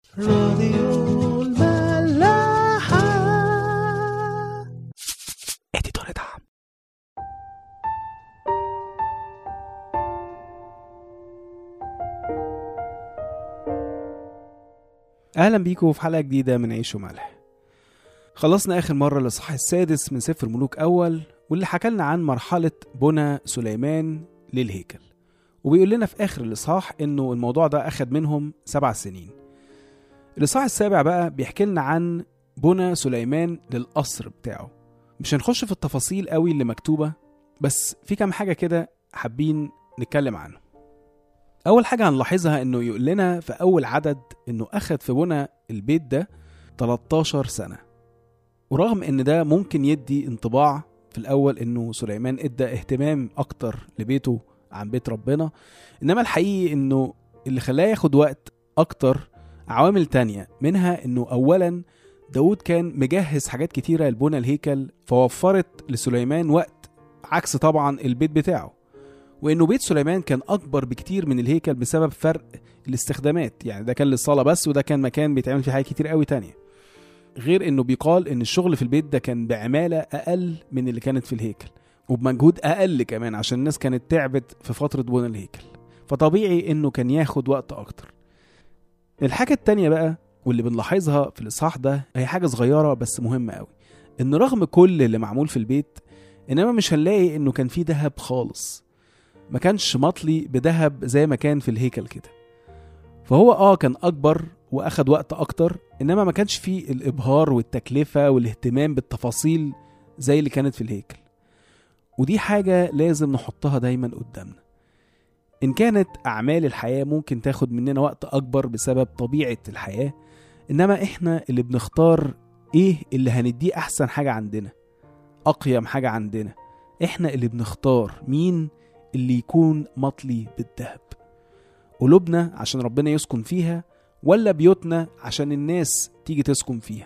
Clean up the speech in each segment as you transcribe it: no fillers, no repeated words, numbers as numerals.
راديو الملاحة. اديتور دعم. اهلا بيكم في حلقة جديدة من عيش وملح. خلصنا اخر مرة الاصحاح السادس من سفر ملوك اول، واللي حكالنا عن مرحلة بنى سليمان للهيكل، وبيقول لنا في اخر الاصحاح انه الموضوع ده اخد منهم 7 سنين. الاصحاح السابع بقى بيحكي لنا عن بنى سليمان للقصر بتاعه. مش هنخش في التفاصيل قوي اللي مكتوبة، بس في كام حاجة كده حابين نتكلم عنه. اول حاجة هنلاحظها انه يقول لنا في اول عدد انه اخد في بنى البيت ده 13 سنة. ورغم ان ده ممكن يدي انطباع في الاول انه سليمان ادى اهتمام اكتر لبيته عن بيت ربنا، انما الحقيقي انه اللي خلاه ياخد وقت اكتر عوامل تانية، منها انه اولا داود كان مجهز حاجات كتيرة لبنى الهيكل، فوفرت لسليمان وقت، عكس طبعا البيت بتاعه. وانه بيت سليمان كان اكبر بكتير من الهيكل بسبب فرق الاستخدامات، يعني ده كان للصلاة بس، وده كان مكان بيتعمل فيه حاجات كتير قوي تانية. غير انه بيقال ان الشغل في البيت ده كان بعمالة اقل من اللي كانت في الهيكل، وبمجهود اقل كمان، عشان الناس كانت تعبت في فترة بنى الهيكل، فطبيعي انه كان ياخد وقت اكتر. الحاجة التانية بقى واللي بنلاحظها في الإصحاح ده هي حاجة صغيرة بس مهمة قوي، إن رغم كل اللي معمول في البيت، إنما مش هنلاقي إنه كان فيه دهب خالص. ما كانش مطلي بدهب زي ما كان في الهيكل كده. فهو كان أكبر وأخد وقت أكتر، إنما ما كانش فيه الإبهار والتكلفة والاهتمام بالتفاصيل زي اللي كانت في الهيكل. ودي حاجة لازم نحطها دايما قدامنا. إن كانت أعمال الحياة ممكن تاخد مننا وقت أكبر بسبب طبيعة الحياة، إنما إحنا اللي بنختار إيه اللي هنديه أحسن حاجة عندنا، أقيم حاجة عندنا. إحنا اللي بنختار مين اللي يكون مطلي بالذهب، قلوبنا عشان ربنا يسكن فيها، ولا بيوتنا عشان الناس تيجي تسكن فيها.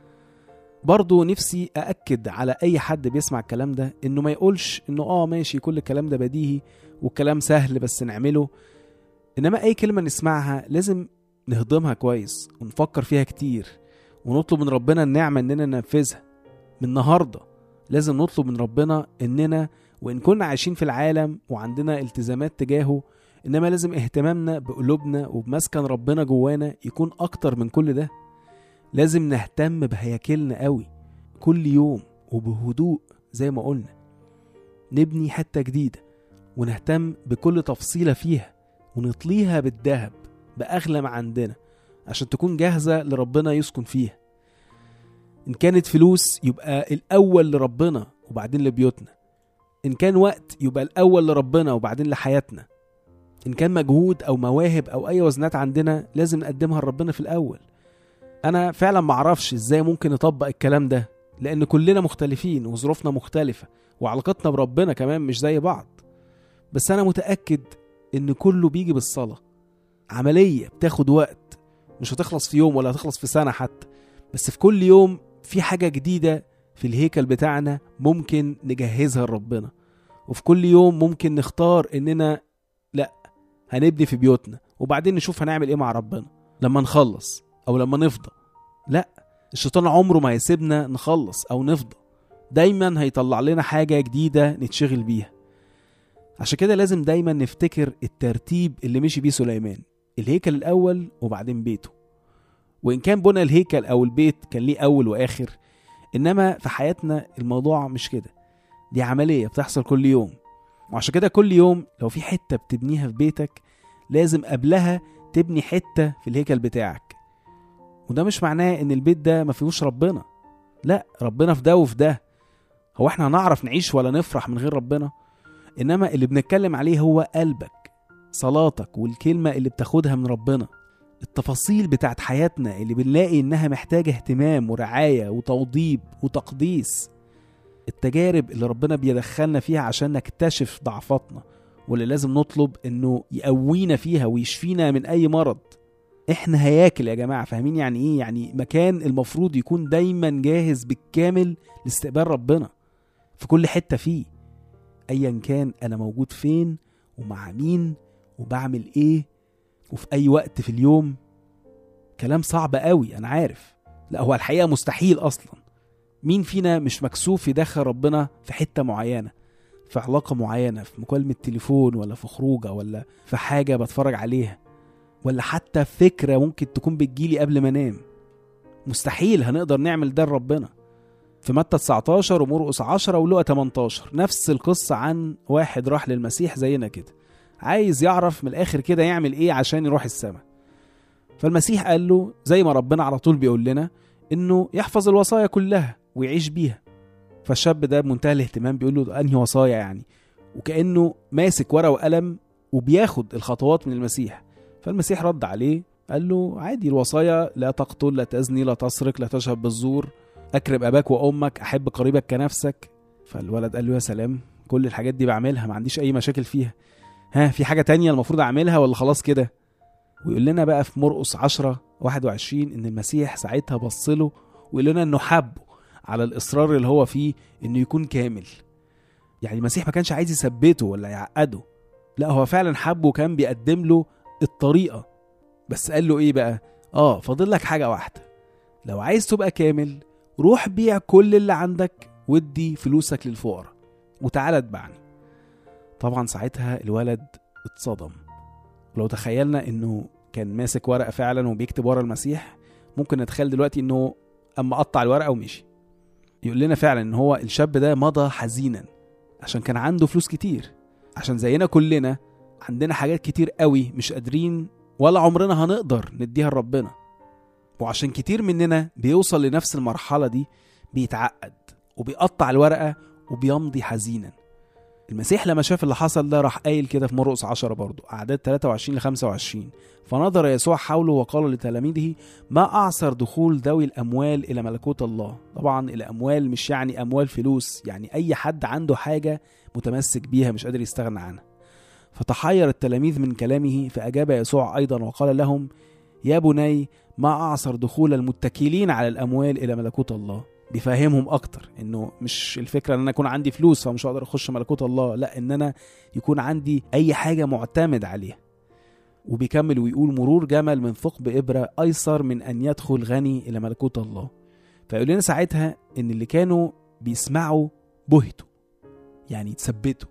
برضو نفسي أأكد على أي حد بيسمع الكلام ده إنه ما يقولش إنه ماشي كل الكلام ده بديهي والكلام سهل بس نعمله. إنما أي كلمة نسمعها لازم نهضمها كويس ونفكر فيها كتير، ونطلب من ربنا النعمة إننا ننفذها. من النهاردة لازم نطلب من ربنا إننا وإن كنا عايشين في العالم وعندنا التزامات تجاهه، إنما لازم اهتمامنا بقلوبنا وبمسكن ربنا جوانا يكون أكتر من كل ده. لازم نهتم بهياكلنا قوي كل يوم وبهدوء، زي ما قلنا نبني حتة جديدة ونهتم بكل تفصيلة فيها ونطليها بالذهب بأغلى ما عندنا، عشان تكون جاهزة لربنا يسكن فيها. إن كانت فلوس يبقى الأول لربنا وبعدين لبيوتنا، إن كان وقت يبقى الأول لربنا وبعدين لحياتنا، إن كان مجهود أو مواهب أو أي وزنات عندنا لازم نقدمها لربنا في الأول. أنا فعلا معرفش إزاي ممكن نطبق الكلام ده، لأن كلنا مختلفين وظروفنا مختلفة وعلاقتنا بربنا كمان مش زي بعض. بس أنا متأكد إن كله بيجي بالصلاة، عملية بتاخد وقت، مش هتخلص في يوم ولا هتخلص في سنة حتى، بس في كل يوم في حاجة جديدة في الهيكل بتاعنا ممكن نجهزها لربنا. وفي كل يوم ممكن نختار إننا لأ هنبني في بيوتنا وبعدين نشوف هنعمل إيه مع ربنا لما نخلص أو لما نفضى. لأ، الشيطان عمره ما هيسيبنا نخلص أو نفضى، دايما هيطلع لنا حاجة جديدة نتشغل بيها. عشان كده لازم دايما نفتكر الترتيب اللي مشي بيه سليمان، الهيكل الأول وبعدين بيته. وإن كان بنى الهيكل أو البيت كان ليه أول وآخر، إنما في حياتنا الموضوع مش كده، دي عملية بتحصل كل يوم. وعشان كده كل يوم لو في حتة بتبنيها في بيتك لازم قبلها تبني حتة في الهيكل بتاعك. وده مش معناه إن البيت ده ما فيهوش ربنا، لا، ربنا في ده وفي ده. هو احنا هنعرف نعيش ولا نفرح من غير ربنا؟ إنما اللي بنتكلم عليه هو قلبك، صلاتك والكلمة اللي بتاخدها من ربنا، التفاصيل بتاعت حياتنا اللي بنلاقي إنها محتاجة اهتمام ورعاية وتوضيب وتقديس، التجارب اللي ربنا بيدخلنا فيها عشان نكتشف ضعفاتنا واللي لازم نطلب إنه يقوينا فيها ويشفينا من أي مرض. إحنا هياكل يا جماعة، فاهمين يعني إيه؟ يعني مكان المفروض يكون دايما جاهز بالكامل لاستقبال ربنا في كل حتة فيه، أيا كان أنا موجود فين ومع مين وبعمل إيه وفي أي وقت في اليوم. كلام صعب قوي أنا عارف. لا، هو الحقيقة مستحيل أصلا. مين فينا مش مكسوف يدخل ربنا في حتة معينة، في علاقة معينة، في مكالمة تليفون، ولا في خروجة، ولا في حاجة بتفرج عليها، ولا حتى فكرة ممكن تكون بتجيلي قبل ما انام؟ مستحيل هنقدر نعمل ده لربنا. في متى 19 ومرقس 10 ولوقا 18 نفس القصة عن واحد راح للمسيح زينا كده، عايز يعرف من الآخر كده يعمل ايه عشان يروح السماء. فالمسيح قال له زي ما ربنا على طول بيقول لنا انه يحفظ الوصايا كلها ويعيش بيها. فالشاب ده بمنتهى الاهتمام بيقول له انهي وصايا يعني، وكأنه ماسك ورقة وقلم وبياخد الخطوات من المسيح. فالمسيح رد عليه قال له عادي، الوصايا لا تقتل، لا تزني، لا تسرق، لا تشهد بالزور، اكرم اباك وامك، احب قريبك كنفسك. فالولد قال له يا سلام، كل الحاجات دي بعملها، ما عنديش اي مشاكل فيها، في حاجة تانية المفروض اعملها ولا خلاص كده؟ ويقول لنا بقى في مرقس 10:21 ان المسيح ساعتها بصله ويقول لنا انه حبه على الاصرار اللي هو فيه انه يكون كامل. يعني المسيح ما كانش عايز يثبته ولا يعقده، لا هو فعلا حبه وكان بيقدم له الطريقة. بس قال له ايه بقى؟ فاضل لك حاجة واحدة، لو عايز تبقى كامل روح بيع كل اللي عندك وادي فلوسك للفقراء وتعالى اتبعني. طبعا ساعتها الولد اتصدم. لو تخيلنا انه كان ماسك ورقة فعلا وبيكتب ورا المسيح، ممكن نتخيل دلوقتي انه اما قطع الورقة ومشي. يقول لنا فعلا ان هو الشاب ده مضى حزينا عشان كان عنده فلوس كتير، عشان زينا كلنا عندنا حاجات كتير قوي مش قادرين ولا عمرنا هنقدر نديها لربنا. وعشان كتير مننا بيوصل لنفس المرحلة دي بيتعقد وبيقطع الورقة وبيمضي حزينا. المسيح لما شاف اللي حصل ده راح قايل كده في مرقس 10 برضو أعداد 23-25 فنظر يسوع حوله وقال لتلاميذه ما أعسر دخول ذوي الأموال إلى ملكوت الله. طبعا الأموال مش يعني أموال فلوس، يعني أي حد عنده حاجة متمسك بيها مش قادر يستغنى عنها. فتحير التلاميذ من كلامه، فأجاب يسوع أيضا وقال لهم يا بني ما أعسر دخول المتكلين على الأموال إلى ملكوت الله. بيفهمهم أكتر إنه مش الفكرة إن أنا أكون عندي فلوس فمش هقدر أخش ملكوت الله، لا، إن أنا يكون عندي أي حاجة معتمد عليها. وبيكمل ويقول مرور جمل من ثقب إبرة أيسر من أن يدخل غني إلى ملكوت الله. فيقول لنا ساعتها إن اللي كانوا بيسمعوا بهتوا، يعني يتثبتوا،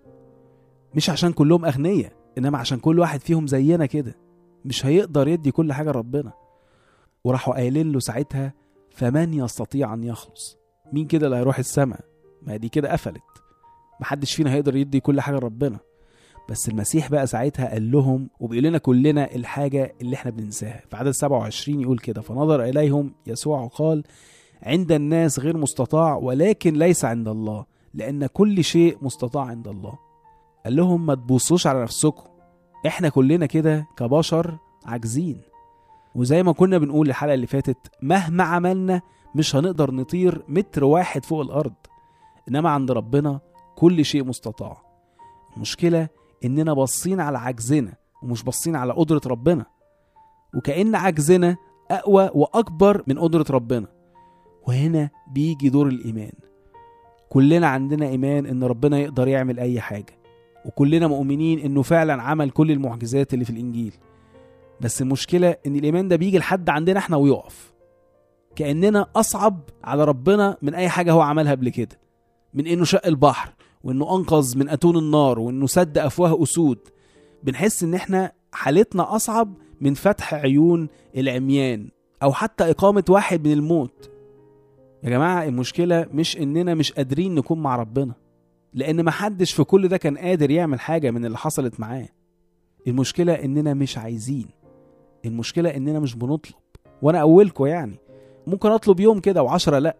مش عشان كلهم أغنياء إنما عشان كل واحد فيهم زينا كده مش هيقدر يدي كل حاجة ربنا. وراحوا قايلين له ساعتها فمن يستطيع أن يخلص؟ مين كده اللي هيروح السماء؟ ما دي كده قفلت، محدش فينا هيقدر يدي كل حاجة ربنا. بس المسيح بقى ساعتها قال لهم وبيقول لنا كلنا الحاجة اللي احنا بننساها. في عدد 27 يقول كده فنظر إليهم يسوع وقال عند الناس غير مستطاع ولكن ليس عند الله، لأن كل شيء مستطاع عند الله. قال لهم ما تبصوش على نفسكم، احنا كلنا كده كبشر عاجزين، وزي ما كنا بنقول الحلقة اللي فاتت مهما عملنا مش هنقدر نطير متر واحد فوق الأرض، إنما عند ربنا كل شيء مستطاع. المشكلة إننا باصين على عجزنا ومش باصين على قدرة ربنا، وكأن عجزنا أقوى وأكبر من قدرة ربنا. وهنا بيجي دور الإيمان. كلنا عندنا إيمان إن ربنا يقدر يعمل أي حاجة، وكلنا مؤمنين إنه فعلا عمل كل المعجزات اللي في الإنجيل. بس المشكلة إن الإيمان ده بيجي لحد عندنا إحنا ويقف، كأننا أصعب على ربنا من أي حاجة هو عملها قبل كده، من إنه شق البحر وإنه أنقذ من أتون النار وإنه سد أفواه أسود. بنحس إن إحنا حالتنا أصعب من فتح عيون العميان أو حتى إقامة واحد من الموت. يا جماعة المشكلة مش إننا مش قادرين نكون مع ربنا، لأن محدش في كل ده كان قادر يعمل حاجة من اللي حصلت معاه. المشكلة إننا مش عايزين، المشكلة إننا مش بنطلب. وأنا أولكم يعني ممكن أطلب يوم كده و10 لأ.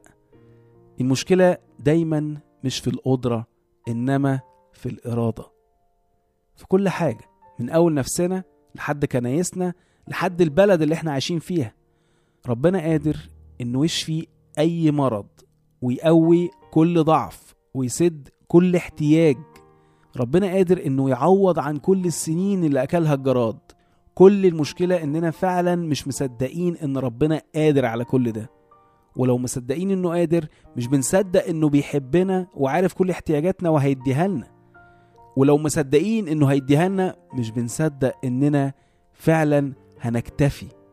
المشكلة دايما مش في القدرة إنما في الإرادة، في كل حاجة، من أول نفسنا لحد كنايسنا لحد البلد اللي احنا عايشين فيها. ربنا قادر إنه يشفي أي مرض ويقوي كل ضعف ويسد كل احتياج. ربنا قادر إنه يعوض عن كل السنين اللي أكلها الجراد. كل المشكلة إننا فعلا مش مصدقين إن ربنا قادر على كل ده، ولو مصدقين إنه قادر مش بنصدق إنه بيحبنا وعارف كل احتياجاتنا وهيديها لنا. ولو مصدقين إنه هيديها لنا مش بنصدق إننا فعلا هنكتفي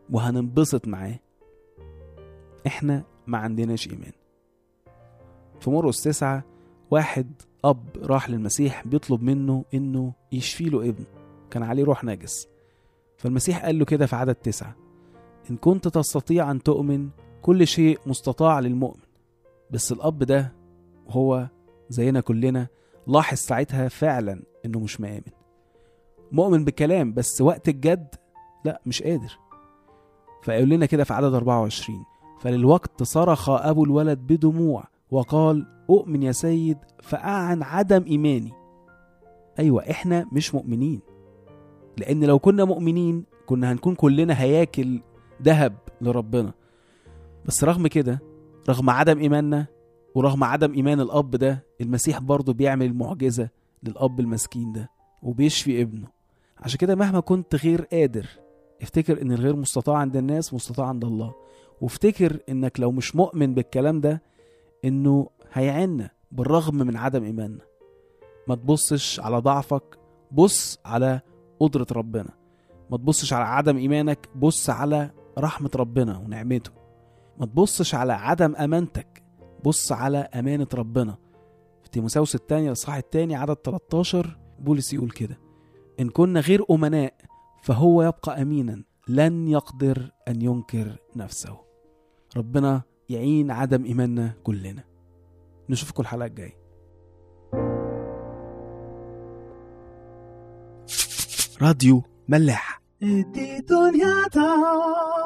وهننبسط معاه، احنا ما عندناش ايمان. في مرقس 9 واحد اب راح للمسيح بيطلب منه انه يشفي له ابنه، كان عليه روح نجس. فالمسيح قال له كده في عدد 9: ان كنت تستطيع ان تؤمن كل شيء مستطاع للمؤمن. بس الاب ده هو زينا كلنا لاحظ ساعتها فعلا انه مش مؤمن بالكلام، بس وقت الجد لا مش قادر. فيقول لنا كده في عدد 24: فللوقت صرخ ابو الولد بدموع وقال: اؤمن يا سيد فأعن عدم ايماني. ايوه احنا مش مؤمنين، لان لو كنا مؤمنين كنا هنكون كلنا هياكل ذهب لربنا. بس رغم كده، رغم عدم ايماننا ورغم عدم ايمان الاب ده، المسيح برضه بيعمل المعجزة للاب المسكين ده وبيشفي ابنه. عشان كده مهما كنت غير قادر، افتكر ان الغير مستطاع عند الناس مستطاع عند الله، وافتكر انك لو مش مؤمن بالكلام ده انه هيعنا بالرغم من عدم ايماننا. ما تبصش على ضعفك، بص على قدرة ربنا. ما تبصش على عدم ايمانك، بص على رحمة ربنا ونعمته. ما تبصش على عدم امانتك، بص على امانة ربنا. في تيموثاوس الثانية الإصحاح الثاني عدد 13 بولس يقول كده: إن كنا غير أمناء فهو يبقى أمينا لن يقدر أن ينكر نفسه. ربنا يعين عدم إيماننا كلنا. نشوفكم الحلقة الجاية. راديو ملاح. دي دنيا